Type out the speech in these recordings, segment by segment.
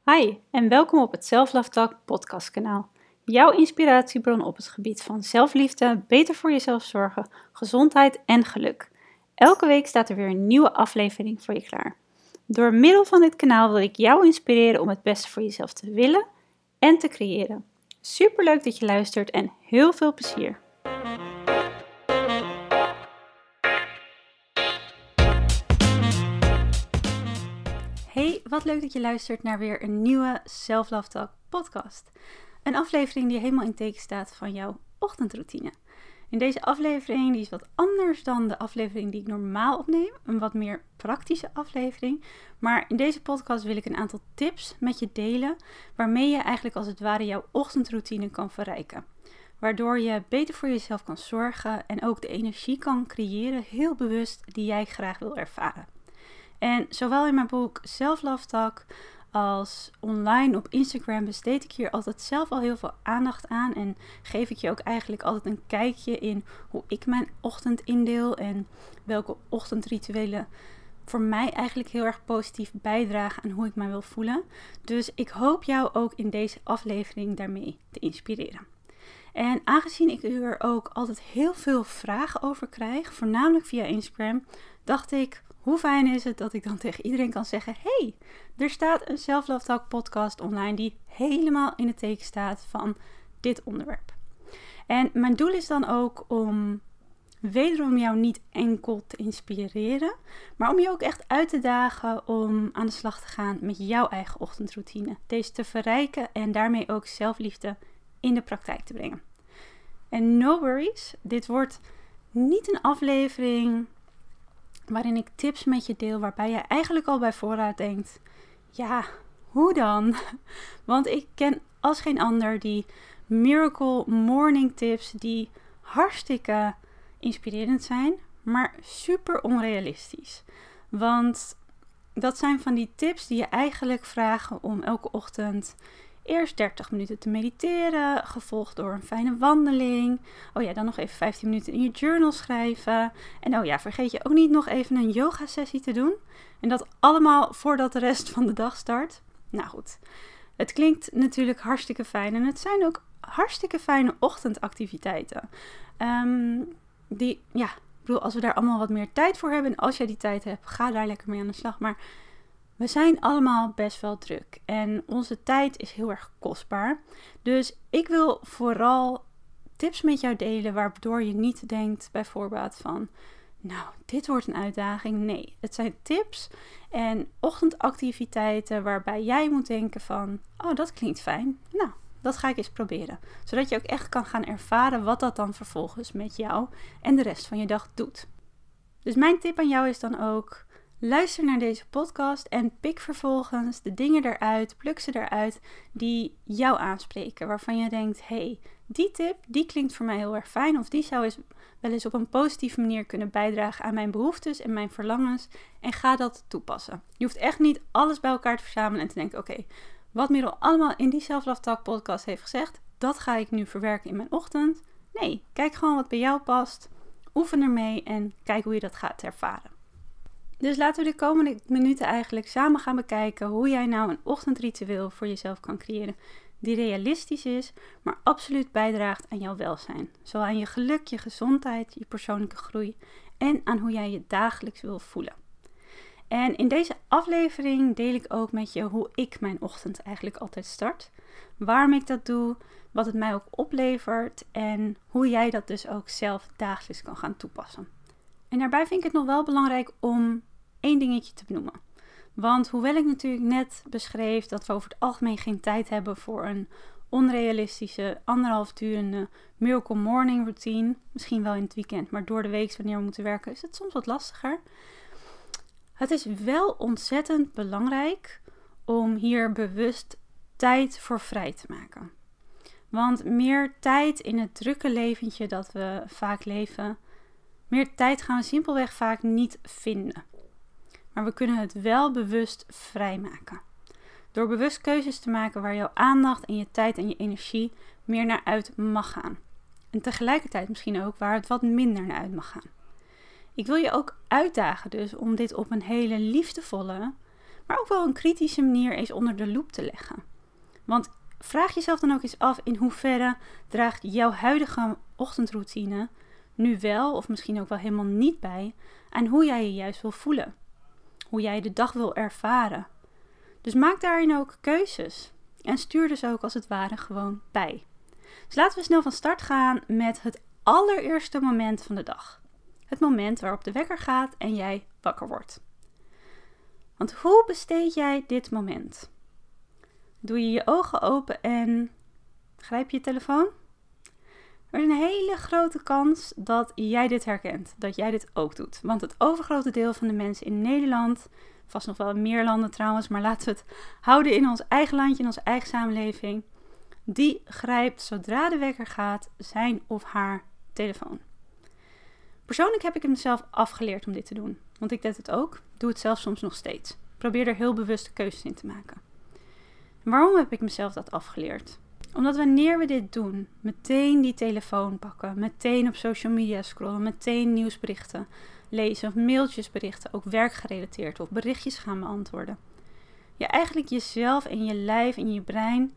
Hi en welkom op het Self-Love Talk podcastkanaal. Jouw inspiratiebron op het gebied van zelfliefde, beter voor jezelf zorgen, gezondheid en geluk. Elke week staat er weer een nieuwe aflevering voor je klaar. Door middel van dit kanaal wil ik jou inspireren om het beste voor jezelf te willen en te creëren. Superleuk dat je luistert en heel veel plezier! Hey, wat leuk dat je luistert naar weer een nieuwe Self-Love Talk podcast. Een aflevering die helemaal in teken staat van jouw ochtendroutine. In deze aflevering, die is wat anders dan de aflevering die ik normaal opneem. Een wat meer praktische aflevering. Maar in deze podcast wil ik een aantal tips met je delen, waarmee je eigenlijk als het ware jouw ochtendroutine kan verrijken. Waardoor je beter voor jezelf kan zorgen en ook de energie kan creëren, heel bewust, die jij graag wil ervaren. En zowel in mijn boek Self-Love Talk als online op Instagram besteed ik hier altijd zelf al heel veel aandacht aan. En geef ik je ook eigenlijk altijd een kijkje in hoe ik mijn ochtend indeel. En welke ochtendrituelen voor mij eigenlijk heel erg positief bijdragen aan hoe ik mij wil voelen. Dus ik hoop jou ook in deze aflevering daarmee te inspireren. En aangezien ik er ook altijd heel veel vragen over krijg, voornamelijk via Instagram, dacht ik, hoe fijn is het dat ik dan tegen iedereen kan zeggen, hey, er staat een Self-Love Talk podcast online die helemaal in het teken staat van dit onderwerp. En mijn doel is dan ook om wederom jou niet enkel te inspireren, maar om je ook echt uit te dagen om aan de slag te gaan met jouw eigen ochtendroutine. Deze te verrijken en daarmee ook zelfliefde in de praktijk te brengen. En no worries, dit wordt niet een aflevering waarin ik tips met je deel waarbij je eigenlijk al bij voorraad denkt, ja, hoe dan? Want ik ken als geen ander die miracle morning tips die hartstikke inspirerend zijn, maar super onrealistisch. Want dat zijn van die tips die je eigenlijk vragen om elke ochtend eerst 30 minuten te mediteren, gevolgd door een fijne wandeling. Oh ja, dan nog even 15 minuten in je journal schrijven. En oh ja, vergeet je ook niet nog even een yoga sessie te doen. En dat allemaal voordat de rest van de dag start. Nou goed, het klinkt natuurlijk hartstikke fijn. En het zijn ook hartstikke fijne ochtendactiviteiten. Ik bedoel, als we daar allemaal wat meer tijd voor hebben. En als jij die tijd hebt, ga daar lekker mee aan de slag. Maar we zijn allemaal best wel druk en onze tijd is heel erg kostbaar. Dus ik wil vooral tips met jou delen waardoor je niet denkt bijvoorbeeld van, nou, dit wordt een uitdaging. Nee, het zijn tips en ochtendactiviteiten waarbij jij moet denken van, oh, dat klinkt fijn. Nou, dat ga ik eens proberen. Zodat je ook echt kan gaan ervaren wat dat dan vervolgens met jou en de rest van je dag doet. Dus mijn tip aan jou is dan ook, luister naar deze podcast en pik vervolgens de dingen eruit, pluk ze eruit die jou aanspreken. Waarvan je denkt, hey, die tip, die klinkt voor mij heel erg fijn. Of die zou wel eens op een positieve manier kunnen bijdragen aan mijn behoeftes en mijn verlangens. En ga dat toepassen. Je hoeft echt niet alles bij elkaar te verzamelen en te denken, oké, wat Merel allemaal in die Self-Love Talk podcast heeft gezegd, dat ga ik nu verwerken in mijn ochtend. Nee, kijk gewoon wat bij jou past. Oefen ermee en kijk hoe je dat gaat ervaren. Dus laten we de komende minuten eigenlijk samen gaan bekijken hoe jij nou een ochtendritueel voor jezelf kan creëren die realistisch is, maar absoluut bijdraagt aan jouw welzijn. Zowel aan je geluk, je gezondheid, je persoonlijke groei en aan hoe jij je dagelijks wil voelen. En in deze aflevering deel ik ook met je hoe ik mijn ochtend eigenlijk altijd start. Waarom ik dat doe, wat het mij ook oplevert en hoe jij dat dus ook zelf dagelijks kan gaan toepassen. En daarbij vind ik het nog wel belangrijk om één dingetje te benoemen. Want hoewel ik natuurlijk net beschreef dat we over het algemeen geen tijd hebben voor een onrealistische, 1,5 durende miracle morning routine. Misschien wel in het weekend, maar door de week wanneer we moeten werken is het soms wat lastiger. Het is wel ontzettend belangrijk om hier bewust tijd voor vrij te maken. Want meer tijd in het drukke leventje dat we vaak leven, meer tijd gaan we simpelweg vaak niet vinden. Maar we kunnen het wel bewust vrijmaken. Door bewust keuzes te maken waar jouw aandacht en je tijd en je energie meer naar uit mag gaan. En tegelijkertijd misschien ook waar het wat minder naar uit mag gaan. Ik wil je ook uitdagen dus om dit op een hele liefdevolle, maar ook wel een kritische manier eens onder de loep te leggen. Want vraag jezelf dan ook eens af in hoeverre draagt jouw huidige ochtendroutine nu wel of misschien ook wel helemaal niet bij aan hoe jij je juist wil voelen. Hoe jij de dag wil ervaren. Dus maak daarin ook keuzes. En stuur dus ook als het ware gewoon bij. Dus laten we snel van start gaan met het allereerste moment van de dag. Het moment waarop de wekker gaat en jij wakker wordt. Want hoe besteed jij dit moment? Doe je je ogen open en grijp je telefoon? Er is een hele grote kans dat jij dit herkent. Dat jij dit ook doet. Want het overgrote deel van de mensen in Nederland, vast nog wel in meer landen trouwens, maar laten we het houden in ons eigen landje, in onze eigen samenleving. Die grijpt zodra de wekker gaat zijn of haar telefoon. Persoonlijk heb ik het mezelf afgeleerd om dit te doen. Want ik deed het ook. Doe het zelf soms nog steeds. Probeer er heel bewuste keuzes in te maken. En waarom heb ik mezelf dat afgeleerd? Omdat wanneer we dit doen, meteen die telefoon pakken, meteen op social media scrollen, meteen nieuwsberichten lezen of mailtjes berichten, ook werkgerelateerd of berichtjes gaan beantwoorden. Je eigenlijk jezelf en je lijf en je brein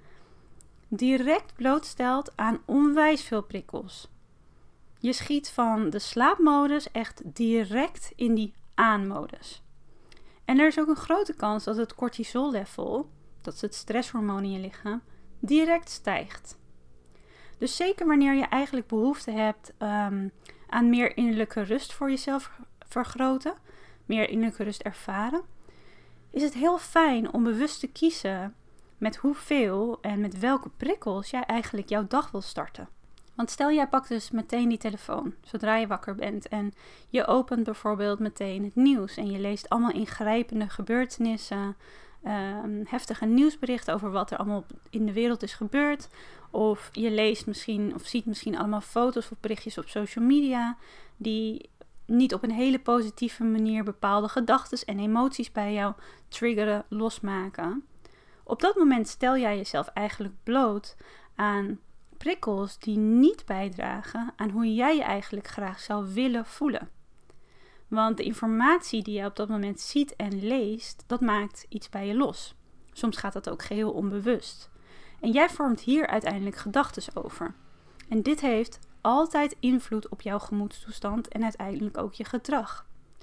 direct blootstelt aan onwijs veel prikkels. Je schiet van de slaapmodus echt direct in die aanmodus. En er is ook een grote kans dat het cortisol level, dat is het stresshormoon in je lichaam, direct stijgt. Dus zeker wanneer je eigenlijk behoefte hebt aan meer innerlijke rust voor jezelf vergroten, meer innerlijke rust ervaren, is het heel fijn om bewust te kiezen met hoeveel en met welke prikkels jij eigenlijk jouw dag wil starten. Want stel jij pakt dus meteen die telefoon zodra je wakker bent en je opent bijvoorbeeld meteen het nieuws en je leest allemaal ingrijpende gebeurtenissen, heftige nieuwsberichten over wat er allemaal in de wereld is gebeurd. Of je leest misschien of ziet misschien allemaal foto's of berichtjes op social media die niet op een hele positieve manier bepaalde gedachten en emoties bij jou triggeren, losmaken. Op dat moment stel jij jezelf eigenlijk bloot aan prikkels die niet bijdragen aan hoe jij je eigenlijk graag zou willen voelen. Want de informatie die je op dat moment ziet en leest, dat maakt iets bij je los. Soms gaat dat ook geheel onbewust. En jij vormt hier uiteindelijk gedachten over. En dit heeft altijd invloed op jouw gemoedstoestand en uiteindelijk ook je gedrag.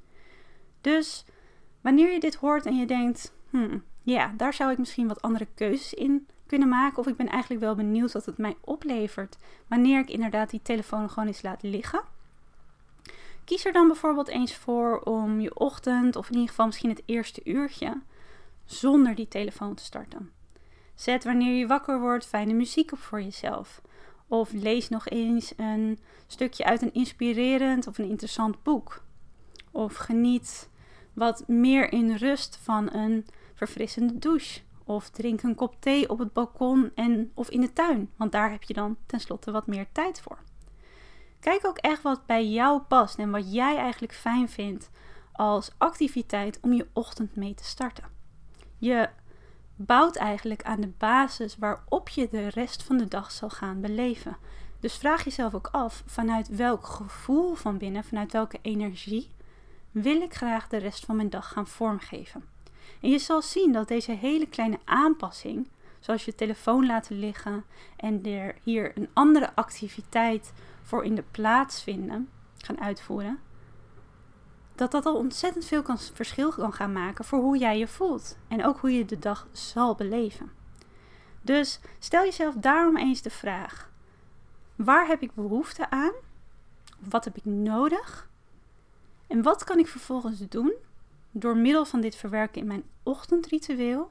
Dus wanneer je dit hoort en je denkt, daar zou ik misschien wat andere keuzes in kunnen maken. Of ik ben eigenlijk wel benieuwd wat het mij oplevert wanneer ik inderdaad die telefoon gewoon eens laat liggen. Kies er dan bijvoorbeeld eens voor om je ochtend of in ieder geval misschien het eerste uurtje zonder die telefoon te starten. Zet wanneer je wakker wordt fijne muziek op voor jezelf. Of lees nog eens een stukje uit een inspirerend of een interessant boek. Of geniet wat meer in rust van een verfrissende douche. Of drink een kop thee op het balkon of in de tuin. Want daar heb je dan tenslotte wat meer tijd voor. Kijk ook echt wat bij jou past en wat jij eigenlijk fijn vindt als activiteit om je ochtend mee te starten. Je bouwt eigenlijk aan de basis waarop je de rest van de dag zal gaan beleven. Dus vraag jezelf ook af, vanuit welk gevoel van binnen, vanuit welke energie wil ik graag de rest van mijn dag gaan vormgeven. En je zal zien dat deze hele kleine aanpassing, zoals je telefoon laten liggen en er hier een andere activiteit voor in de plaats gaan uitvoeren, dat al ontzettend veel verschil kan gaan maken voor hoe jij je voelt. En ook hoe je de dag zal beleven. Dus stel jezelf daarom eens de vraag: waar heb ik behoefte aan? Wat heb ik nodig? En wat kan ik vervolgens doen door middel van dit verwerken in mijn ochtendritueel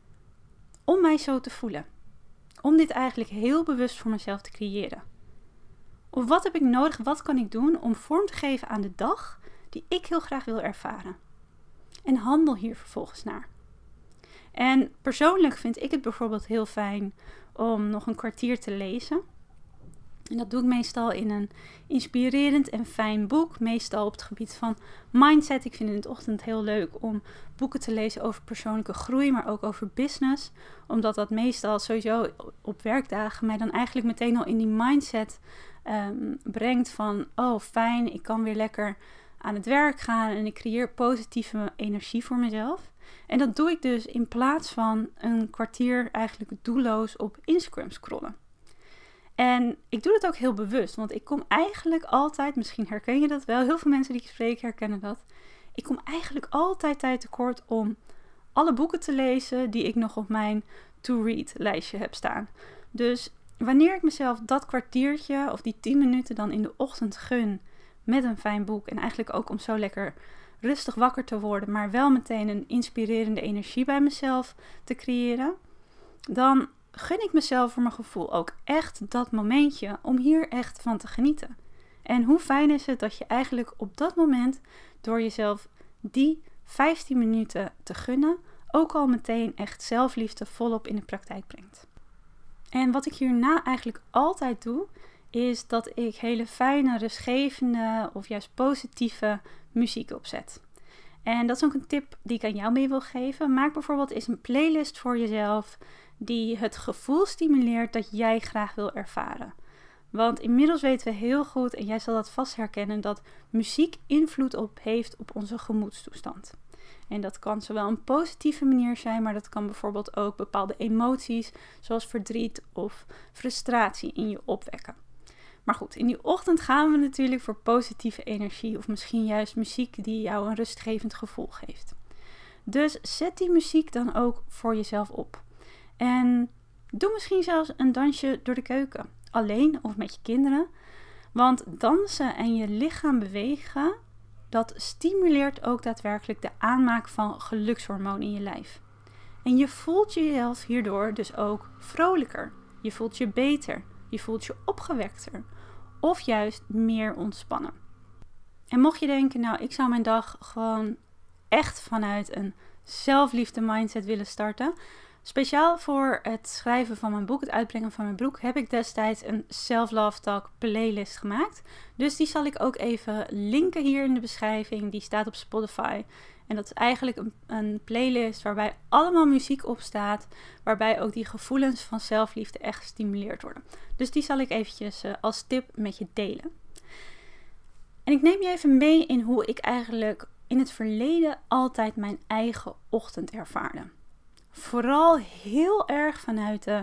om mij zo te voelen? Om dit eigenlijk heel bewust voor mezelf te creëren. Of wat heb ik nodig, wat kan ik doen om vorm te geven aan de dag die ik heel graag wil ervaren? En handel hier vervolgens naar. En persoonlijk vind ik het bijvoorbeeld heel fijn om nog een kwartier te lezen. En dat doe ik meestal in een inspirerend en fijn boek. Meestal op het gebied van mindset. Ik vind het in de ochtend heel leuk om boeken te lezen over persoonlijke groei, maar ook over business. Omdat dat meestal sowieso op werkdagen mij dan eigenlijk meteen al in die mindset brengt van, oh fijn, ik kan weer lekker aan het werk gaan en ik creëer positieve energie voor mezelf. En dat doe ik dus in plaats van een kwartier eigenlijk doelloos op Instagram scrollen. En ik doe dat ook heel bewust, want ik kom eigenlijk altijd, misschien herken je dat wel, heel veel mensen die ik spreek herkennen dat. Ik kom eigenlijk altijd tijd tekort om alle boeken te lezen die ik nog op mijn to-read lijstje heb staan. Dus wanneer ik mezelf dat kwartiertje of die 10 minuten dan in de ochtend gun met een fijn boek en eigenlijk ook om zo lekker rustig wakker te worden, maar wel meteen een inspirerende energie bij mezelf te creëren, dan gun ik mezelf voor mijn gevoel ook echt dat momentje om hier echt van te genieten. En hoe fijn is het dat je eigenlijk op dat moment door jezelf die 15 minuten te gunnen, ook al meteen echt zelfliefde volop in de praktijk brengt. En wat ik hierna eigenlijk altijd doe, is dat ik hele fijne, rustgevende of juist positieve muziek opzet. En dat is ook een tip die ik aan jou mee wil geven. Maak bijvoorbeeld eens een playlist voor jezelf die het gevoel stimuleert dat jij graag wil ervaren. Want inmiddels weten we heel goed, en jij zal dat vast herkennen, dat muziek invloed op heeft op onze gemoedstoestand. En dat kan zowel een positieve manier zijn, maar dat kan bijvoorbeeld ook bepaalde emoties, zoals verdriet of frustratie in je opwekken. Maar goed, in die ochtend gaan we natuurlijk voor positieve energie of misschien juist muziek die jou een rustgevend gevoel geeft. Dus zet die muziek dan ook voor jezelf op. En doe misschien zelfs een dansje door de keuken, alleen of met je kinderen. Want dansen en je lichaam bewegen, dat stimuleert ook daadwerkelijk de aanmaak van gelukshormonen in je lijf. En je voelt jezelf hierdoor dus ook vrolijker. Je voelt je beter. Je voelt je opgewekter. Of juist meer ontspannen. En mocht je denken, nou, ik zou mijn dag gewoon echt vanuit een zelfliefde mindset willen starten. Speciaal voor het schrijven van mijn boek, het uitbrengen van mijn boek, heb ik destijds een Self-Love Talk playlist gemaakt. Dus die zal ik ook even linken hier in de beschrijving. Die staat op Spotify. En dat is eigenlijk een playlist waarbij allemaal muziek op staat. Waarbij ook die gevoelens van zelfliefde echt gestimuleerd worden. Dus die zal ik eventjes als tip met je delen. En ik neem je even mee in hoe ik eigenlijk in het verleden altijd mijn eigen ochtend ervaarde. Vooral heel erg vanuit de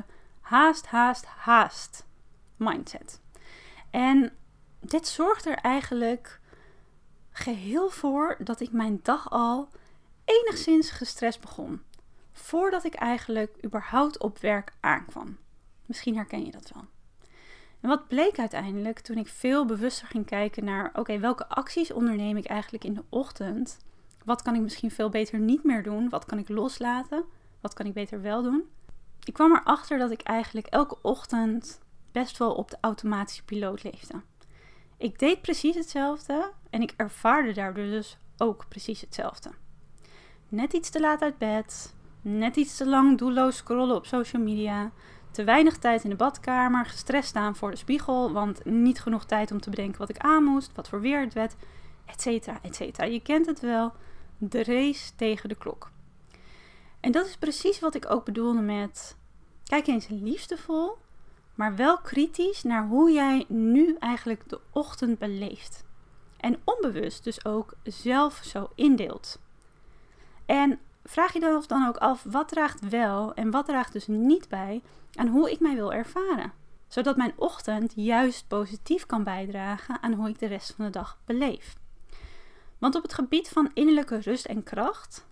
haast mindset. En dit zorgt er eigenlijk geheel voor dat ik mijn dag al enigszins gestrest begon. Voordat ik eigenlijk überhaupt op werk aankwam. Misschien herken je dat wel. En wat bleek uiteindelijk toen ik veel bewuster ging kijken naar, oké, welke acties onderneem ik eigenlijk in de ochtend? Wat kan ik misschien veel beter niet meer doen? Wat kan ik loslaten? Wat kan ik beter wel doen? Ik kwam erachter dat ik eigenlijk elke ochtend best wel op de automatische piloot leefde. Ik deed precies hetzelfde en ik ervaarde daardoor dus ook precies hetzelfde. Net iets te laat uit bed, net iets te lang doelloos scrollen op social media, te weinig tijd in de badkamer, gestrest staan voor de spiegel, want niet genoeg tijd om te bedenken wat ik aan moest, wat voor weer het werd, etcetera, etcetera. Je kent het wel, de race tegen de klok. En dat is precies wat ik ook bedoelde met, kijk eens liefdevol, maar wel kritisch naar hoe jij nu eigenlijk de ochtend beleeft. En onbewust dus ook zelf zo indeelt. En vraag je dan ook af, wat draagt wel en wat draagt dus niet bij aan hoe ik mij wil ervaren. Zodat mijn ochtend juist positief kan bijdragen aan hoe ik de rest van de dag beleef. Want op het gebied van innerlijke rust en kracht,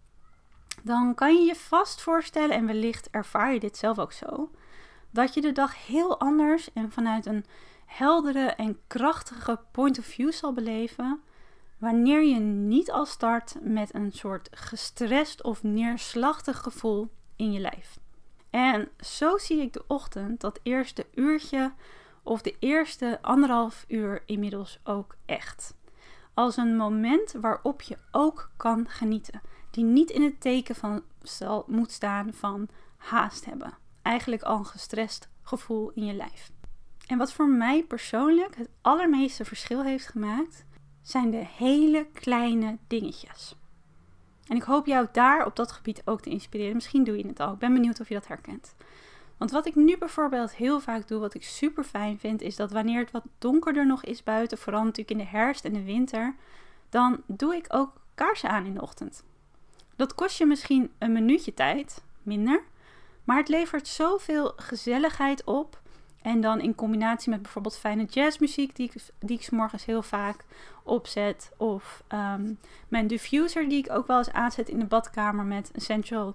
dan kan je je vast voorstellen, en wellicht ervaar je dit zelf ook zo, dat je de dag heel anders en vanuit een heldere en krachtige point of view zal beleven, wanneer je niet al start met een soort gestrest of neerslachtig gevoel in je lijf. En zo zie ik de ochtend, dat eerste uurtje of de eerste 1,5 uur inmiddels ook echt. Als een moment waarop je ook kan genieten. Die niet in het teken van moet staan van haast hebben. Eigenlijk al een gestrest gevoel in je lijf. En wat voor mij persoonlijk het allermeeste verschil heeft gemaakt, zijn de hele kleine dingetjes. En ik hoop jou daar op dat gebied ook te inspireren. Misschien doe je het al. Ik ben benieuwd of je dat herkent. Want wat ik nu bijvoorbeeld heel vaak doe, wat ik super fijn vind, is dat wanneer het wat donkerder nog is buiten, vooral natuurlijk in de herfst en de winter, dan doe ik ook kaarsen aan in de ochtend. Dat kost je misschien een minuutje tijd, minder. Maar het levert zoveel gezelligheid op. En dan in combinatie met bijvoorbeeld fijne jazzmuziek die ik 's morgens heel vaak opzet. Of mijn diffuser die ik ook wel eens aanzet in de badkamer met essential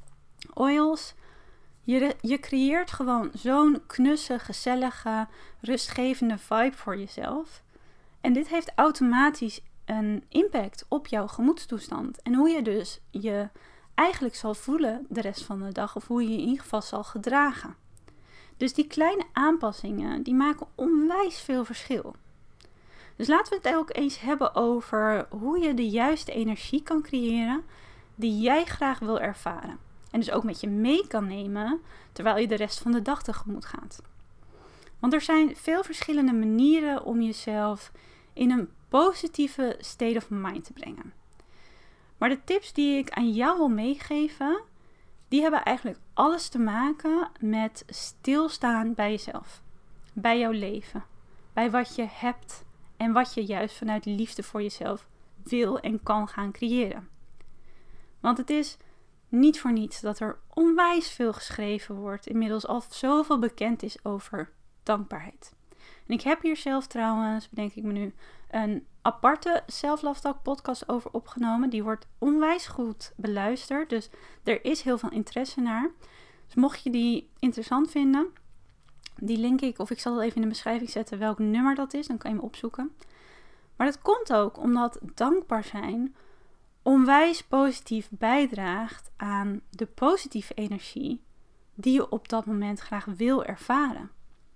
oils. Je creëert gewoon zo'n knusse, gezellige, rustgevende vibe voor jezelf. En dit heeft automatisch een impact op jouw gemoedstoestand. En hoe je dus je eigenlijk zal voelen de rest van de dag. Of hoe je je in ieder geval zal gedragen. Dus die kleine aanpassingen, die maken onwijs veel verschil. Dus laten we het ook eens hebben over hoe je de juiste energie kan creëren die jij graag wil ervaren. En dus ook met je mee kan nemen terwijl je de rest van de dag tegemoet gaat. Want er zijn veel verschillende manieren om jezelf in een positieve state of mind te brengen. Maar de tips die ik aan jou wil meegeven, die hebben eigenlijk alles te maken met stilstaan bij jezelf. Bij jouw leven. Bij wat je hebt en wat je juist vanuit liefde voor jezelf wil en kan gaan creëren. Want het is niet voor niets dat er onwijs veel geschreven wordt. Inmiddels al zoveel bekend is over dankbaarheid. En ik heb hier zelf trouwens, bedenk ik me nu, een aparte Self-Love Talk podcast over opgenomen. Die wordt onwijs goed beluisterd. Dus er is heel veel interesse naar. Dus mocht je die interessant vinden, die link ik, of ik zal het even in de beschrijving zetten welk nummer dat is. Dan kan je hem opzoeken. Maar dat komt ook omdat dankbaar zijn onwijs positief bijdraagt aan de positieve energie die je op dat moment graag wil ervaren.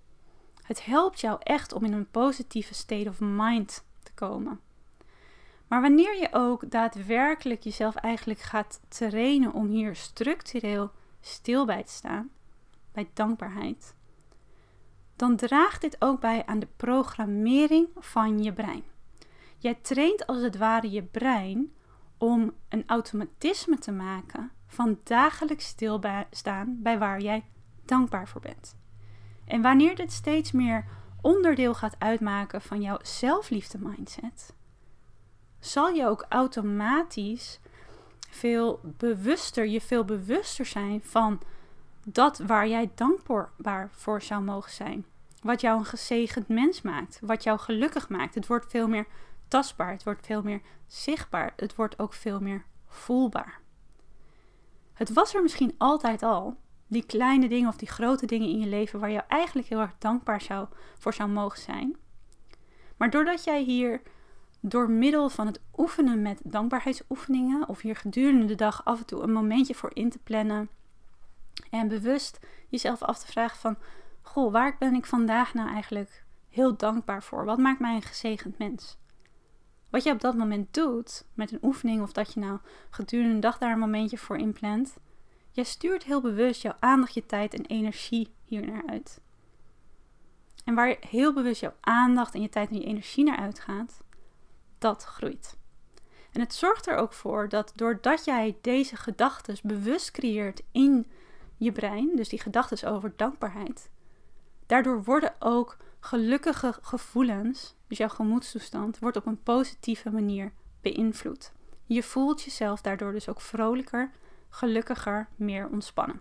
Het helpt jou echt om in een positieve state of mind te komen. Maar wanneer je ook daadwerkelijk jezelf eigenlijk gaat trainen om hier structureel stil bij te staan, bij dankbaarheid, dan draagt dit ook bij aan de programmering van je brein. Jij traint als het ware je brein om een automatisme te maken van dagelijks stilstaan bij waar jij dankbaar voor bent. En wanneer dit steeds meer onderdeel gaat uitmaken van jouw zelfliefde mindset, zal je ook automatisch veel bewuster zijn van dat waar jij dankbaar voor zou mogen zijn. Wat jou een gezegend mens maakt, wat jou gelukkig maakt. Het wordt veel meer tastbaar, het wordt veel meer zichtbaar, het wordt ook veel meer voelbaar. Het was er misschien altijd al, die kleine dingen of die grote dingen in je leven waar je eigenlijk heel erg dankbaar voor zou mogen zijn. Maar doordat jij hier door middel van het oefenen met dankbaarheidsoefeningen of hier gedurende de dag af en toe een momentje voor in te plannen en bewust jezelf af te vragen van, goh, waar ben ik vandaag nou eigenlijk heel dankbaar voor? Wat maakt mij een gezegend mens? Wat je op dat moment doet met een oefening of dat je nou gedurende de dag daar een momentje voor inplant, jij stuurt heel bewust jouw aandacht, je tijd en energie hier naar uit. En waar heel bewust jouw aandacht en je tijd en je energie naar uitgaat, dat groeit. En het zorgt er ook voor dat doordat jij deze gedachten bewust creëert in je brein, dus die gedachten over dankbaarheid, daardoor worden ook gelukkige gevoelens, dus jouw gemoedstoestand, wordt op een positieve manier beïnvloed. Je voelt jezelf daardoor dus ook vrolijker, gelukkiger, meer ontspannen.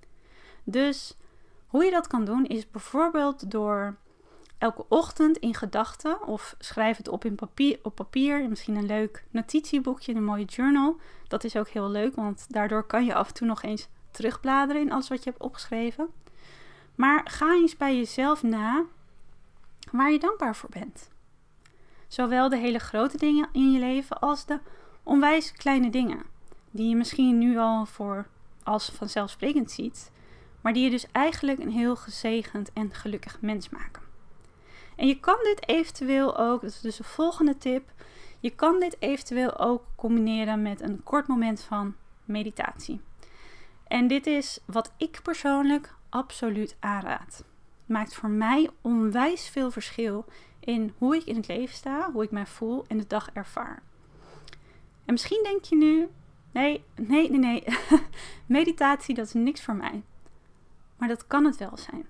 Dus hoe je dat kan doen is bijvoorbeeld door elke ochtend in gedachten of schrijf het op papier, misschien een leuk notitieboekje, een mooie journal. Dat is ook heel leuk, want daardoor kan je af en toe nog eens terugbladeren in alles wat je hebt opgeschreven. Maar ga eens bij jezelf na waar je dankbaar voor bent. Zowel de hele grote dingen in je leven als de onwijs kleine dingen. Die je misschien nu al als vanzelfsprekend ziet. Maar die je dus eigenlijk een heel gezegend en gelukkig mens maken. En je kan dit eventueel ook, dat is dus de volgende tip. Je kan dit eventueel ook combineren met een kort moment van meditatie. En dit is wat ik persoonlijk absoluut aanraad. Het maakt voor mij onwijs veel verschil in hoe ik in het leven sta, hoe ik mij voel en de dag ervaar. En misschien denk je nu, nee. Meditatie, dat is niks voor mij. Maar dat kan het wel zijn.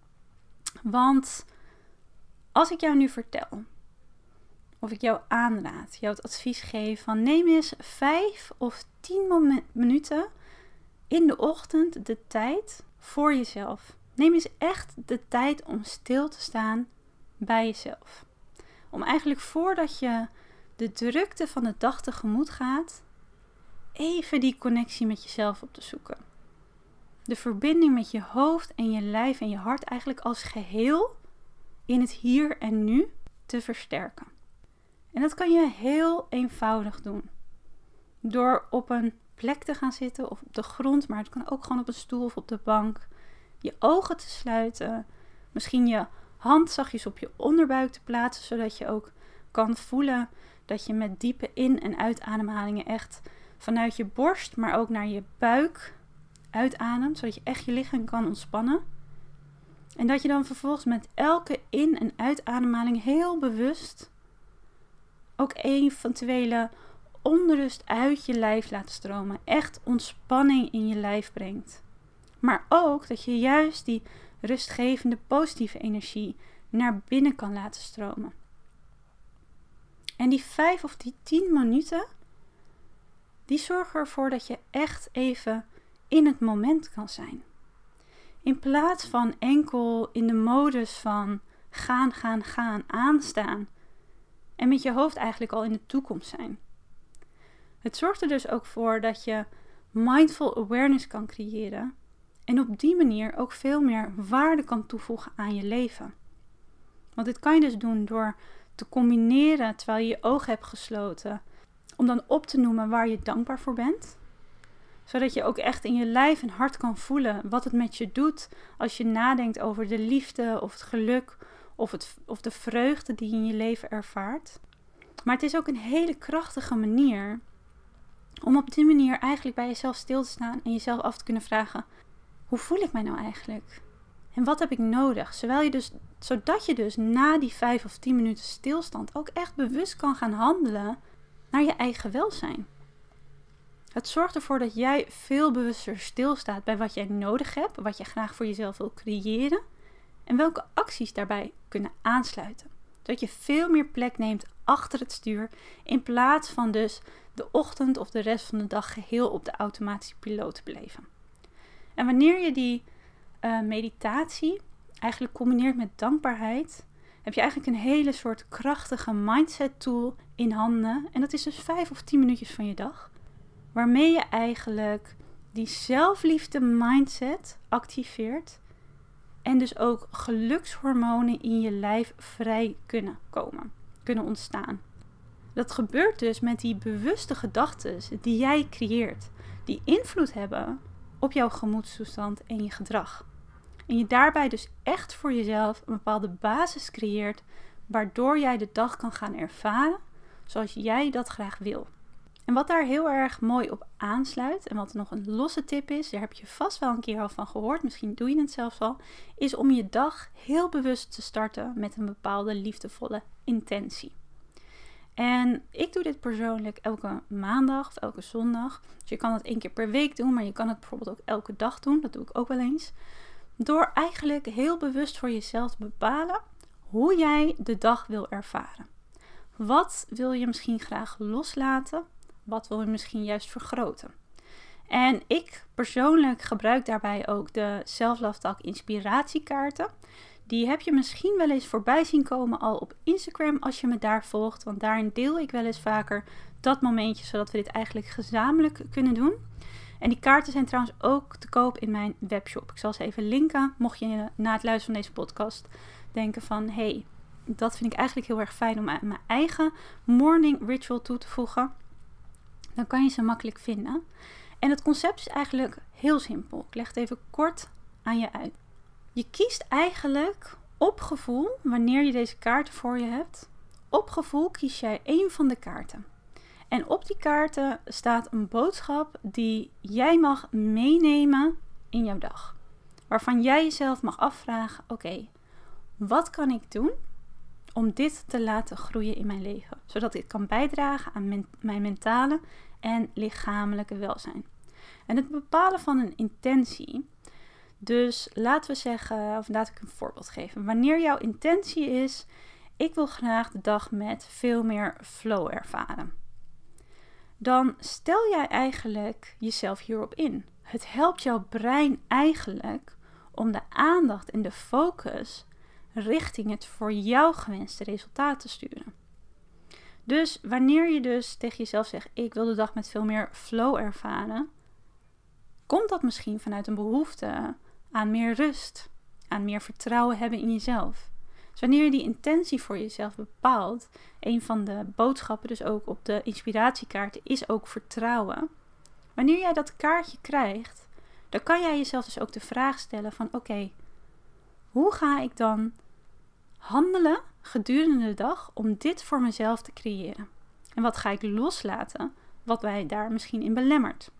Want als ik jou nu vertel, of ik jou aanraad, jou het advies geef van neem eens 5 of 10 minuten in de ochtend de tijd voor jezelf. Neem eens echt de tijd om stil te staan bij jezelf. Om eigenlijk voordat je de drukte van de dag tegemoet gaat, even die connectie met jezelf op te zoeken. De verbinding met je hoofd en je lijf en je hart eigenlijk als geheel in het hier en nu te versterken. En dat kan je heel eenvoudig doen. Door op een plek te gaan zitten of op de grond, maar het kan ook gewoon op een stoel of op de bank. Je ogen te sluiten. Misschien je hand zachtjes op je onderbuik te plaatsen, zodat je ook kan voelen dat je met diepe in- en uitademhalingen echt vanuit je borst, maar ook naar je buik uitademt, zodat je echt je lichaam kan ontspannen. En dat je dan vervolgens met elke in- en uitademhaling heel bewust ook eventuele onrust uit je lijf laat stromen. Echt ontspanning in je lijf brengt. Maar ook dat je juist die rustgevende positieve energie naar binnen kan laten stromen. En die 5 of die 10 minuten, die zorgen ervoor dat je echt even in het moment kan zijn. In plaats van enkel in de modus van gaan, aanstaan. En met je hoofd eigenlijk al in de toekomst zijn. Het zorgt er dus ook voor dat je mindful awareness kan creëren. En op die manier ook veel meer waarde kan toevoegen aan je leven. Want dit kan je dus doen door te combineren terwijl je je ogen hebt gesloten. Om dan op te noemen waar je dankbaar voor bent. Zodat je ook echt in je lijf en hart kan voelen wat het met je doet als je nadenkt over de liefde of het geluk of de vreugde die je in je leven ervaart. Maar het is ook een hele krachtige manier om op die manier eigenlijk bij jezelf stil te staan en jezelf af te kunnen vragen: hoe voel ik mij nou eigenlijk? En wat heb ik nodig? Zodat je dus na die 5 of 10 minuten stilstand ook echt bewust kan gaan handelen naar je eigen welzijn. Het zorgt ervoor dat jij veel bewuster stilstaat bij wat jij nodig hebt, wat je graag voor jezelf wil creëren en welke acties daarbij kunnen aansluiten. Zodat je veel meer plek neemt achter het stuur in plaats van dus de ochtend of de rest van de dag geheel op de automatische piloot te beleven. En wanneer je die meditatie eigenlijk combineert met dankbaarheid, heb je eigenlijk een hele soort krachtige mindset tool in handen. En dat is dus 5 of 10 minuutjes van je dag. Waarmee je eigenlijk die zelfliefde mindset activeert. En dus ook gelukshormonen in je lijf vrij kunnen ontstaan. Dat gebeurt dus met die bewuste gedachten die jij creëert. Die invloed hebben op jouw gemoedstoestand en je gedrag. En je daarbij dus echt voor jezelf een bepaalde basis creëert. Waardoor jij de dag kan gaan ervaren zoals jij dat graag wil. En wat daar heel erg mooi op aansluit, en wat nog een losse tip is, daar heb je vast wel een keer al van gehoord, misschien doe je het zelfs al, is om je dag heel bewust te starten met een bepaalde liefdevolle intentie. En ik doe dit persoonlijk elke maandag of elke zondag. Dus je kan het 1 keer per week doen, maar je kan het bijvoorbeeld ook elke dag doen. Dat doe ik ook wel eens. Door eigenlijk heel bewust voor jezelf te bepalen hoe jij de dag wil ervaren. Wat wil je misschien graag loslaten? Wat wil je misschien juist vergroten? En ik persoonlijk gebruik daarbij ook de Self-Love Talk inspiratiekaarten. Die heb je misschien wel eens voorbij zien komen al op Instagram als je me daar volgt. Want daarin deel ik wel eens vaker dat momentje, zodat we dit eigenlijk gezamenlijk kunnen doen. En die kaarten zijn trouwens ook te koop in mijn webshop. Ik zal ze even linken, mocht je na het luisteren van deze podcast denken van: hey, dat vind ik eigenlijk heel erg fijn om mijn eigen morning ritual toe te voegen. Dan kan je ze makkelijk vinden. En het concept is eigenlijk heel simpel. Ik leg het even kort aan je uit. Je kiest eigenlijk op gevoel, wanneer je deze kaarten voor je hebt, op gevoel kies jij 1 van de kaarten. En op die kaarten staat een boodschap die jij mag meenemen in jouw dag. Waarvan jij jezelf mag afvragen: oké, wat kan ik doen om dit te laten groeien in mijn leven? Zodat dit kan bijdragen aan mijn mentale en lichamelijke welzijn. En het bepalen van een intentie. Dus laten we zeggen, of laat ik een voorbeeld geven. Wanneer jouw intentie is: ik wil graag de dag met veel meer flow ervaren. dan stel jij eigenlijk jezelf hierop in. Het helpt jouw brein eigenlijk om de aandacht en de focus richting het voor jou gewenste resultaat te sturen. Dus wanneer je dus tegen jezelf zegt, ik wil de dag met veel meer flow ervaren, komt dat misschien vanuit een behoefte aan meer rust, aan meer vertrouwen hebben in jezelf. Dus wanneer je die intentie voor jezelf bepaalt, een van de boodschappen dus ook op de inspiratiekaarten is ook vertrouwen. Wanneer jij dat kaartje krijgt, dan kan jij jezelf dus ook de vraag stellen van oké, hoe ga ik dan handelen gedurende de dag om dit voor mezelf te creëren? En wat ga ik loslaten wat mij daar misschien in belemmert?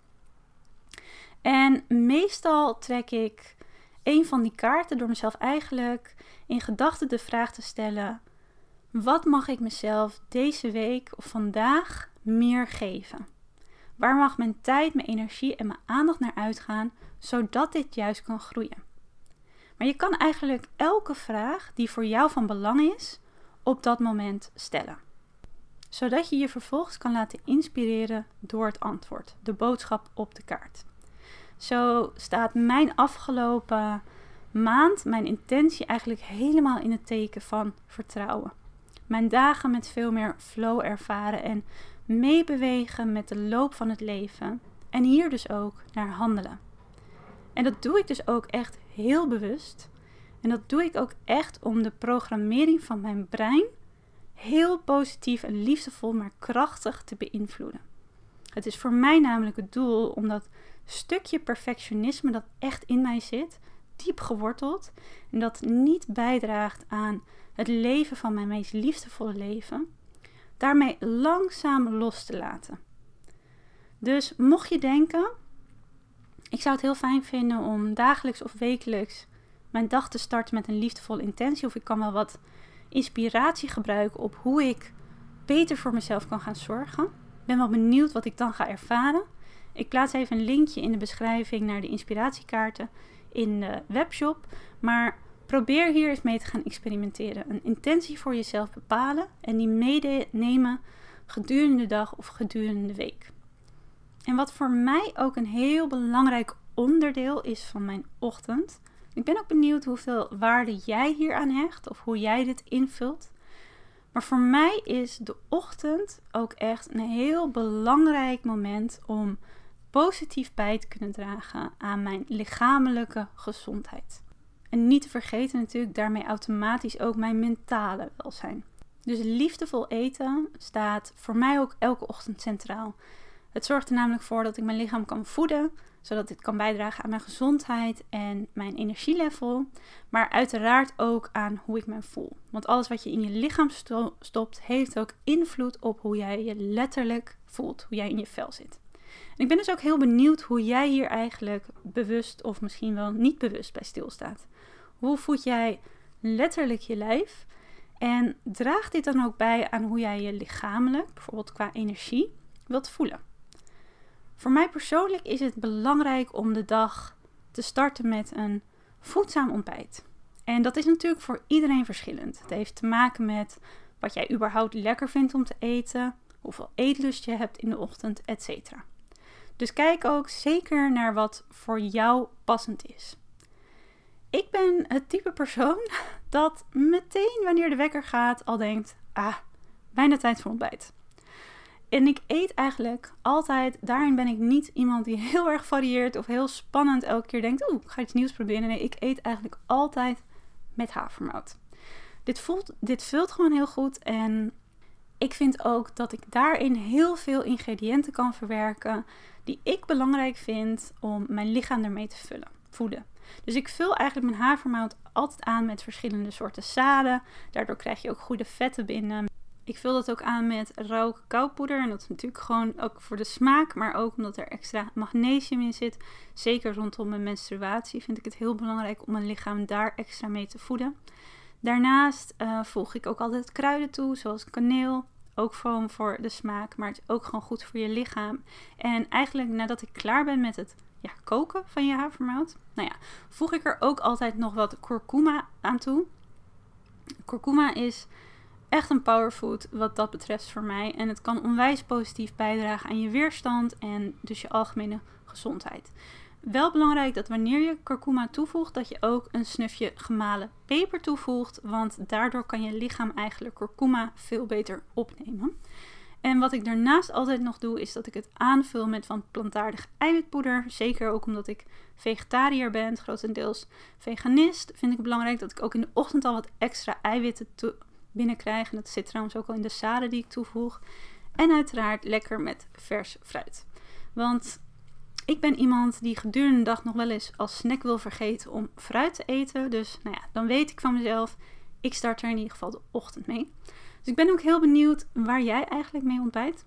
En meestal trek ik een van die kaarten door mezelf eigenlijk in gedachten de vraag te stellen: wat mag ik mezelf deze week of vandaag meer geven? Waar mag mijn tijd, mijn energie en mijn aandacht naar uitgaan, zodat dit juist kan groeien? Maar je kan eigenlijk elke vraag die voor jou van belang is, op dat moment stellen. Zodat je je vervolgens kan laten inspireren door het antwoord, de boodschap op de kaart. Zo staat mijn afgelopen maand, mijn intentie eigenlijk helemaal in het teken van vertrouwen. Mijn dagen met veel meer flow ervaren en meebewegen met de loop van het leven. En hier dus ook naar handelen. En dat doe ik dus ook echt heel bewust. En dat doe ik ook echt om de programmering van mijn brein heel positief en liefdevol, maar krachtig te beïnvloeden. Het is voor mij namelijk het doel om dat stukje perfectionisme dat echt in mij zit, diep geworteld, en dat niet bijdraagt aan het leven van mijn meest liefdevolle leven, daarmee langzaam los te laten. Dus mocht je denken, ik zou het heel fijn vinden om dagelijks of wekelijks mijn dag te starten met een liefdevolle intentie, of ik kan wel wat inspiratie gebruiken op hoe ik beter voor mezelf kan gaan zorgen. Ik ben wel benieuwd wat ik dan ga ervaren. Ik plaats even een linkje in de beschrijving naar de inspiratiekaarten in de webshop. Maar probeer hier eens mee te gaan experimenteren. Een intentie voor jezelf bepalen en die meenemen gedurende de dag of gedurende de week. En wat voor mij ook een heel belangrijk onderdeel is van mijn ochtend. Ik ben ook benieuwd hoeveel waarde jij hier aan hecht of hoe jij dit invult. Maar voor mij is de ochtend ook echt een heel belangrijk moment om positief bij te kunnen dragen aan mijn lichamelijke gezondheid. En niet te vergeten natuurlijk daarmee automatisch ook mijn mentale welzijn. Dus liefdevol eten staat voor mij ook elke ochtend centraal. Het zorgt er namelijk voor dat ik mijn lichaam kan voeden, zodat dit kan bijdragen aan mijn gezondheid en mijn energielevel. Maar uiteraard ook aan hoe ik me voel. Want alles wat je in je lichaam stopt, heeft ook invloed op hoe jij je letterlijk voelt. Hoe jij in je vel zit. En ik ben dus ook heel benieuwd hoe jij hier eigenlijk bewust of misschien wel niet bewust bij stilstaat. Hoe voed jij letterlijk je lijf? En draagt dit dan ook bij aan hoe jij je lichamelijk, bijvoorbeeld qua energie, wilt voelen? Voor mij persoonlijk is het belangrijk om de dag te starten met een voedzaam ontbijt. En dat is natuurlijk voor iedereen verschillend. Het heeft te maken met wat jij überhaupt lekker vindt om te eten, hoeveel eetlust je hebt in de ochtend, etc. Dus kijk ook zeker naar wat voor jou passend is. Ik ben het type persoon dat meteen wanneer de wekker gaat al denkt, bijna tijd voor ontbijt. En ik eet eigenlijk altijd, daarin ben ik niet iemand die heel erg varieert of heel spannend elke keer denkt, ik ga iets nieuws proberen. Nee, ik eet eigenlijk altijd met havermout. Dit vult gewoon heel goed en ik vind ook dat ik daarin heel veel ingrediënten kan verwerken die ik belangrijk vind om mijn lichaam ermee te voeden. Dus ik vul eigenlijk mijn havermout altijd aan met verschillende soorten zaden. Daardoor krijg je ook goede vetten binnen. Ik vul dat ook aan met rauw cacaopoeder. En dat is natuurlijk gewoon ook voor de smaak, maar ook omdat er extra magnesium in zit. Zeker rondom mijn menstruatie vind ik het heel belangrijk om mijn lichaam daar extra mee te voeden. Daarnaast voeg ik ook altijd kruiden toe, zoals kaneel. Ook gewoon voor de smaak, maar het is ook gewoon goed voor je lichaam. En eigenlijk nadat ik klaar ben met het koken van je havermout, voeg ik er ook altijd nog wat kurkuma aan toe. Kurkuma is echt een powerfood wat dat betreft voor mij. En het kan onwijs positief bijdragen aan je weerstand en dus je algemene gezondheid. Wel belangrijk dat wanneer je kurkuma toevoegt, dat je ook een snufje gemalen peper toevoegt. Want daardoor kan je lichaam eigenlijk kurkuma veel beter opnemen. En wat ik daarnaast altijd nog doe, is dat ik het aanvul met van plantaardig eiwitpoeder. Zeker ook omdat ik vegetariër ben, grotendeels veganist. Vind ik het belangrijk dat ik ook in de ochtend al wat extra eiwitten binnenkrijg. En dat zit trouwens ook al in de zaden die ik toevoeg. En uiteraard lekker met vers fruit. Want ik ben iemand die gedurende de dag nog wel eens als snack wil vergeten om fruit te eten. Dus dan weet ik van mezelf, ik start er in ieder geval de ochtend mee. Dus ik ben ook heel benieuwd waar jij eigenlijk mee ontbijt.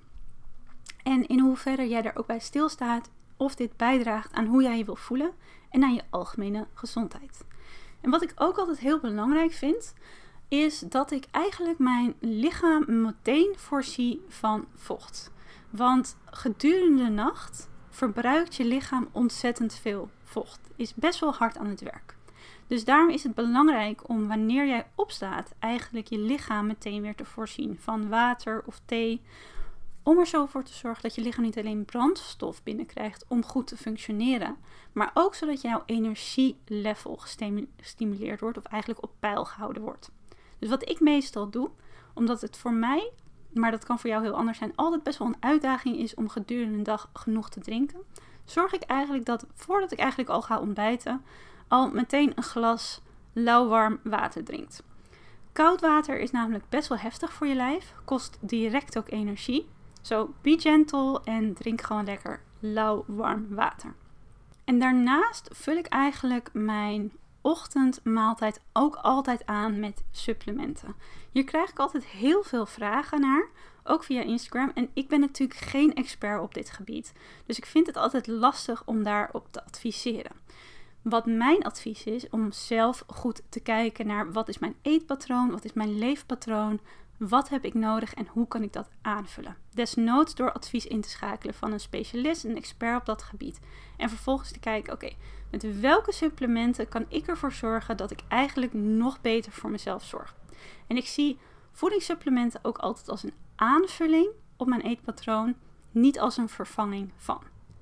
En in hoeverre jij er ook bij stilstaat of dit bijdraagt aan hoe jij je wil voelen en aan je algemene gezondheid. En wat ik ook altijd heel belangrijk vind, is dat ik eigenlijk mijn lichaam meteen voorzie van vocht. Want gedurende de nacht verbruikt je lichaam ontzettend veel vocht. Is best wel hard aan het werk. Dus daarom is het belangrijk om wanneer jij opstaat eigenlijk je lichaam meteen weer te voorzien van water of thee. Om er zo voor te zorgen dat je lichaam niet alleen brandstof binnenkrijgt om goed te functioneren. Maar ook zodat jouw energielevel gestimuleerd wordt of eigenlijk op peil gehouden wordt. Dus wat ik meestal doe, omdat het voor mij, maar dat kan voor jou heel anders zijn, altijd best wel een uitdaging is om gedurende de dag genoeg te drinken. Zorg ik eigenlijk dat voordat ik eigenlijk al ga ontbijten, al meteen een glas lauwwarm water drinkt. Koud water is namelijk best wel heftig voor je lijf, kost direct ook energie. Zo, be gentle en drink gewoon lekker lauwwarm water. En daarnaast vul ik eigenlijk mijn ochtendmaaltijd ook altijd aan met supplementen. Hier krijg ik altijd heel veel vragen naar, ook via Instagram. En ik ben natuurlijk geen expert op dit gebied. Dus ik vind het altijd lastig om daarop te adviseren. Wat mijn advies is om zelf goed te kijken naar wat is mijn eetpatroon, wat is mijn leefpatroon, wat heb ik nodig en hoe kan ik dat aanvullen. Desnoods door advies in te schakelen van een specialist, een expert op dat gebied. En vervolgens te kijken, oké, met welke supplementen kan ik ervoor zorgen dat ik eigenlijk nog beter voor mezelf zorg. En ik zie voedingssupplementen ook altijd als een aanvulling op mijn eetpatroon, niet als een vervanging van.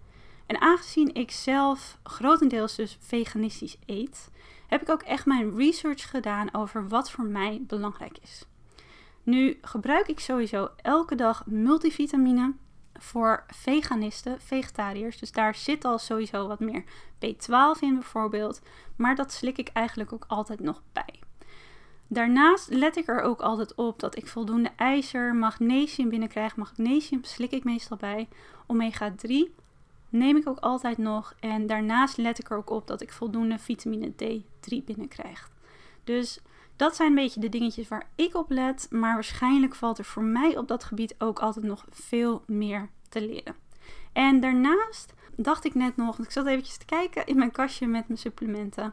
En aangezien ik zelf grotendeels dus veganistisch eet, heb ik ook echt mijn research gedaan over wat voor mij belangrijk is. Nu gebruik ik sowieso elke dag multivitamine voor veganisten, vegetariërs. Dus daar zit al sowieso wat meer B12 in bijvoorbeeld. Maar dat slik ik eigenlijk ook altijd nog bij. Daarnaast let ik er ook altijd op dat ik voldoende ijzer, magnesium binnenkrijg. Magnesium slik ik meestal bij. Omega 3 neem ik ook altijd nog. En daarnaast let ik er ook op dat ik voldoende vitamine D3 binnenkrijg. Dus dat zijn een beetje de dingetjes waar ik op let. Maar waarschijnlijk valt er voor mij op dat gebied ook altijd nog veel meer te leren. En daarnaast dacht ik net nog, ik zat eventjes te kijken in mijn kastje met mijn supplementen.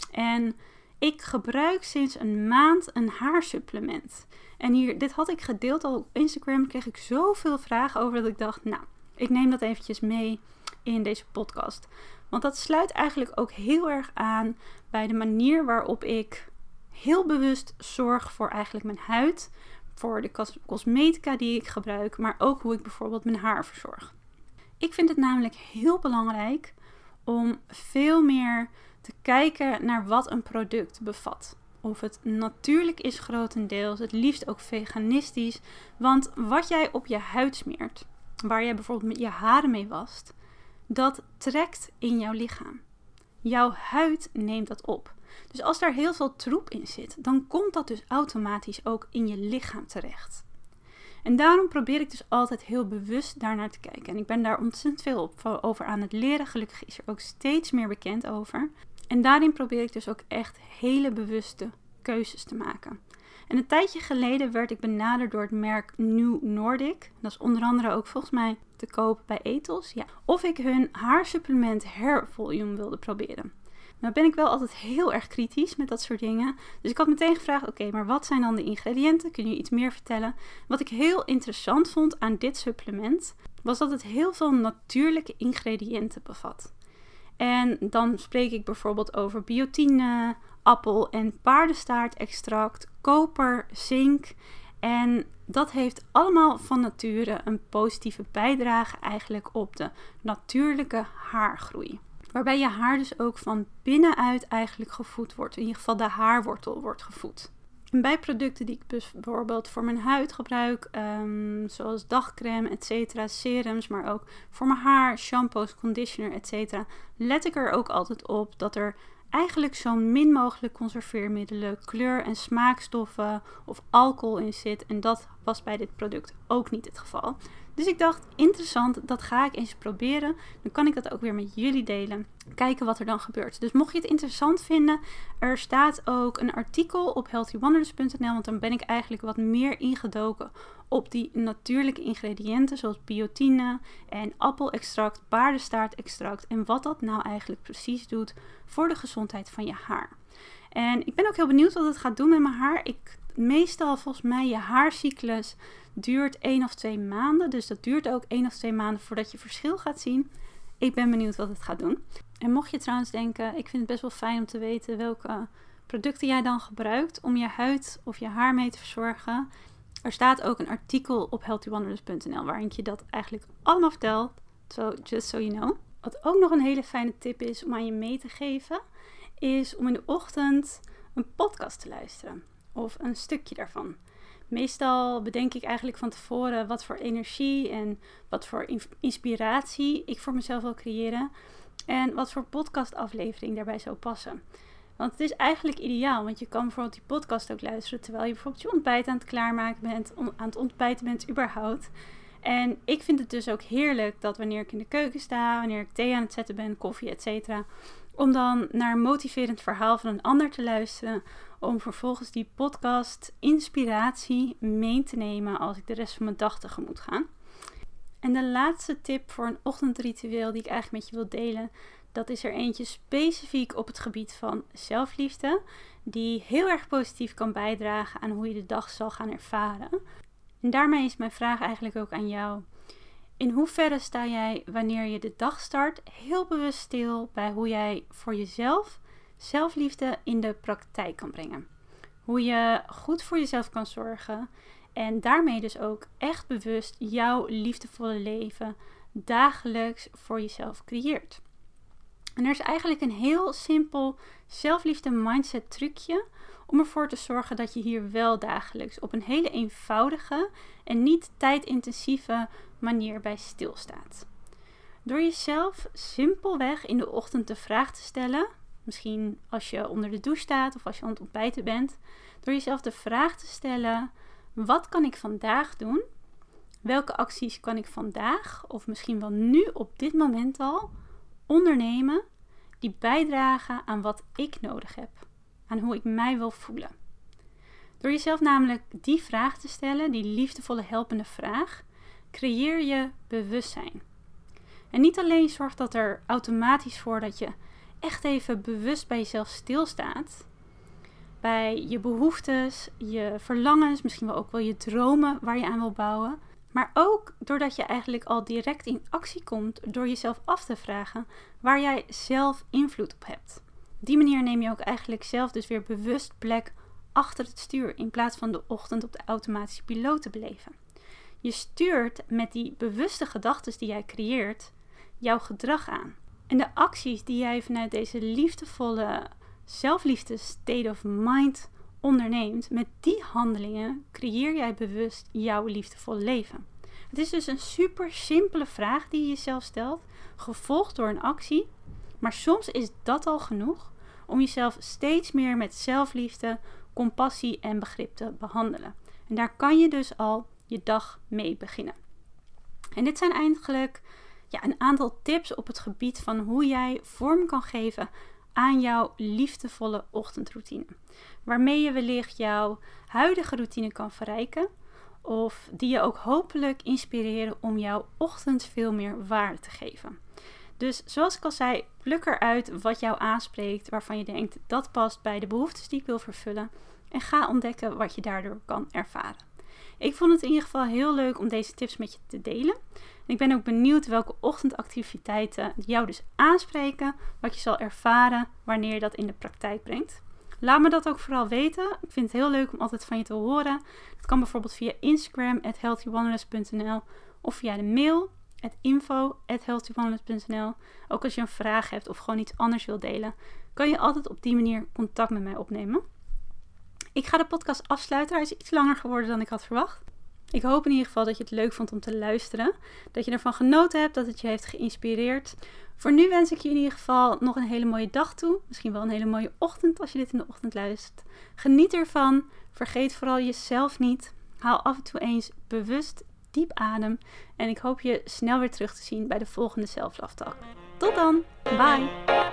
En ik gebruik sinds een maand een haarsupplement. En dit had ik gedeeld al op Instagram. Kreeg ik zoveel vragen over dat ik dacht, ik neem dat eventjes mee in deze podcast. Want dat sluit eigenlijk ook heel erg aan bij de manier waarop ik heel bewust zorg voor eigenlijk mijn huid. Voor de cosmetica die ik gebruik. Maar ook hoe ik bijvoorbeeld mijn haar verzorg. Ik vind het namelijk heel belangrijk om veel meer te kijken naar wat een product bevat. Of het natuurlijk is grotendeels, het liefst ook veganistisch. Want wat jij op je huid smeert, waar jij bijvoorbeeld met je haren mee wast, dat trekt in jouw lichaam. Jouw huid neemt dat op. Dus als daar heel veel troep in zit, dan komt dat dus automatisch ook in je lichaam terecht. En daarom probeer ik dus altijd heel bewust daarnaar te kijken. En ik ben daar ontzettend veel over aan het leren. Gelukkig is er ook steeds meer bekend over. En daarin probeer ik dus ook echt hele bewuste keuzes te maken. En een tijdje geleden werd ik benaderd door het merk New Nordic. Dat is onder andere ook volgens mij te koop bij Ethos. Ja. Of ik hun haarsupplement Hair Volume wilde proberen. Nou ben ik wel altijd heel erg kritisch met dat soort dingen. Dus ik had meteen gevraagd, oké, maar wat zijn dan de ingrediënten? Kun je iets meer vertellen? Wat ik heel interessant vond aan dit supplement, was dat het heel veel natuurlijke ingrediënten bevat. En dan spreek ik bijvoorbeeld over biotine, appel- en paardenstaartextract, koper, zink En dat heeft allemaal van nature een positieve bijdrage eigenlijk op de natuurlijke haargroei. Waarbij je haar dus ook van binnenuit eigenlijk gevoed wordt. In ieder geval de haarwortel wordt gevoed. En bij producten die ik dus bijvoorbeeld voor mijn huid gebruik, zoals dagcrème, etc., serums, maar ook voor mijn haar, shampoos, conditioner, etc., let ik er ook altijd op dat er eigenlijk zo min mogelijk conserveermiddelen, kleur- en smaakstoffen of alcohol in zit. En dat was bij dit product ook niet het geval. Dus ik dacht, interessant, dat ga ik eens proberen. Dan kan ik dat ook weer met jullie delen. Kijken wat er dan gebeurt. Dus mocht je het interessant vinden, er staat ook een artikel op healthywonders.nl. Want dan ben ik eigenlijk wat meer ingedoken op die natuurlijke ingrediënten. Zoals biotine en appelextract, paardenstaartextract. En wat dat nou eigenlijk precies doet voor de gezondheid van je haar. En ik ben ook heel benieuwd wat het gaat doen met mijn haar. Meestal volgens mij je haarcyclus duurt 1 of 2 maanden. Dus dat duurt ook 1 of 2 maanden voordat je verschil gaat zien. Ik ben benieuwd wat het gaat doen. En mocht je trouwens denken, ik vind het best wel fijn om te weten welke producten jij dan gebruikt om je huid of je haar mee te verzorgen. Er staat ook een artikel op healthywonders.nl waarin ik je dat eigenlijk allemaal vertel. So, just so you know. Wat ook nog een hele fijne tip is om aan je mee te geven, is om in de ochtend een podcast te luisteren. Of een stukje daarvan. Meestal bedenk ik eigenlijk van tevoren wat voor energie en wat voor inspiratie ik voor mezelf wil creëren. En wat voor podcastaflevering daarbij zou passen. Want het is eigenlijk ideaal, want je kan bijvoorbeeld die podcast ook luisteren terwijl je bijvoorbeeld je ontbijt aan het klaarmaken bent, aan het ontbijten bent überhaupt. En ik vind het dus ook heerlijk dat wanneer ik in de keuken sta, wanneer ik thee aan het zetten ben, koffie, etc., om dan naar een motiverend verhaal van een ander te luisteren, om vervolgens die podcast inspiratie mee te nemen als ik de rest van mijn dag tegemoet ga. En de laatste tip voor een ochtendritueel die ik eigenlijk met je wil delen, dat is er eentje specifiek op het gebied van zelfliefde, die heel erg positief kan bijdragen aan hoe je de dag zal gaan ervaren. En daarmee is mijn vraag eigenlijk ook aan jou. In hoeverre sta jij wanneer je de dag start heel bewust stil bij hoe jij voor jezelf zelfliefde in de praktijk kan brengen? Hoe je goed voor jezelf kan zorgen en daarmee dus ook echt bewust jouw liefdevolle leven dagelijks voor jezelf creëert. En er is eigenlijk een heel simpel zelfliefde mindset trucje om ervoor te zorgen dat je hier wel dagelijks op een hele eenvoudige en niet tijdintensieve manier bij stilstaat. Door jezelf simpelweg in de ochtend de vraag te stellen, misschien als je onder de douche staat of als je aan het ontbijten bent, door jezelf de vraag te stellen, wat kan ik vandaag doen? Welke acties kan ik vandaag of misschien wel nu op dit moment al ondernemen die bijdragen aan wat ik nodig heb, aan hoe ik mij wil voelen? Door jezelf namelijk die vraag te stellen, die liefdevolle helpende vraag, creëer je bewustzijn. En niet alleen zorgt dat er automatisch voor dat je echt even bewust bij jezelf stilstaat, bij je behoeftes, je verlangens, misschien wel ook wel je dromen waar je aan wil bouwen, maar ook doordat je eigenlijk al direct in actie komt door jezelf af te vragen waar jij zelf invloed op hebt. Op die manier neem je ook eigenlijk zelf dus weer bewust plek achter het stuur in plaats van de ochtend op de automatische piloot te beleven. Je stuurt met die bewuste gedachten die jij creëert jouw gedrag aan. En de acties die jij vanuit deze liefdevolle zelfliefde state of mind onderneemt, met die handelingen creëer jij bewust jouw liefdevolle leven. Het is dus een super simpele vraag die je jezelf stelt, gevolgd door een actie. Maar soms is dat al genoeg om jezelf steeds meer met zelfliefde, compassie en begrip te behandelen. En daar kan je dus al je dag mee beginnen. En dit zijn eigenlijk een aantal tips op het gebied van hoe jij vorm kan geven aan jouw liefdevolle ochtendroutine. Waarmee je wellicht jouw huidige routine kan verrijken. Of die je ook hopelijk inspireren om jouw ochtend veel meer waarde te geven. Dus zoals ik al zei, pluk eruit wat jou aanspreekt, waarvan je denkt dat past bij de behoeftes die ik wil vervullen. En ga ontdekken wat je daardoor kan ervaren. Ik vond het in ieder geval heel leuk om deze tips met je te delen. En ik ben ook benieuwd welke ochtendactiviteiten jou dus aanspreken, wat je zal ervaren wanneer je dat in de praktijk brengt. Laat me dat ook vooral weten. Ik vind het heel leuk om altijd van je te horen. Dat kan bijvoorbeeld via Instagram @healthywellness.nl of via de mail info@healthywellness.nl. Ook als je een vraag hebt of gewoon iets anders wilt delen, kan je altijd op die manier contact met mij opnemen. Ik ga de podcast afsluiten. Hij is iets langer geworden dan ik had verwacht. Ik hoop in ieder geval dat je het leuk vond om te luisteren. Dat je ervan genoten hebt, dat het je heeft geïnspireerd. Voor nu wens ik je in ieder geval nog een hele mooie dag toe. Misschien wel een hele mooie ochtend als je dit in de ochtend luistert. Geniet ervan. Vergeet vooral jezelf niet. Haal af en toe eens bewust diep adem. En ik hoop je snel weer terug te zien bij de volgende Self Love Talk. Tot dan. Bye.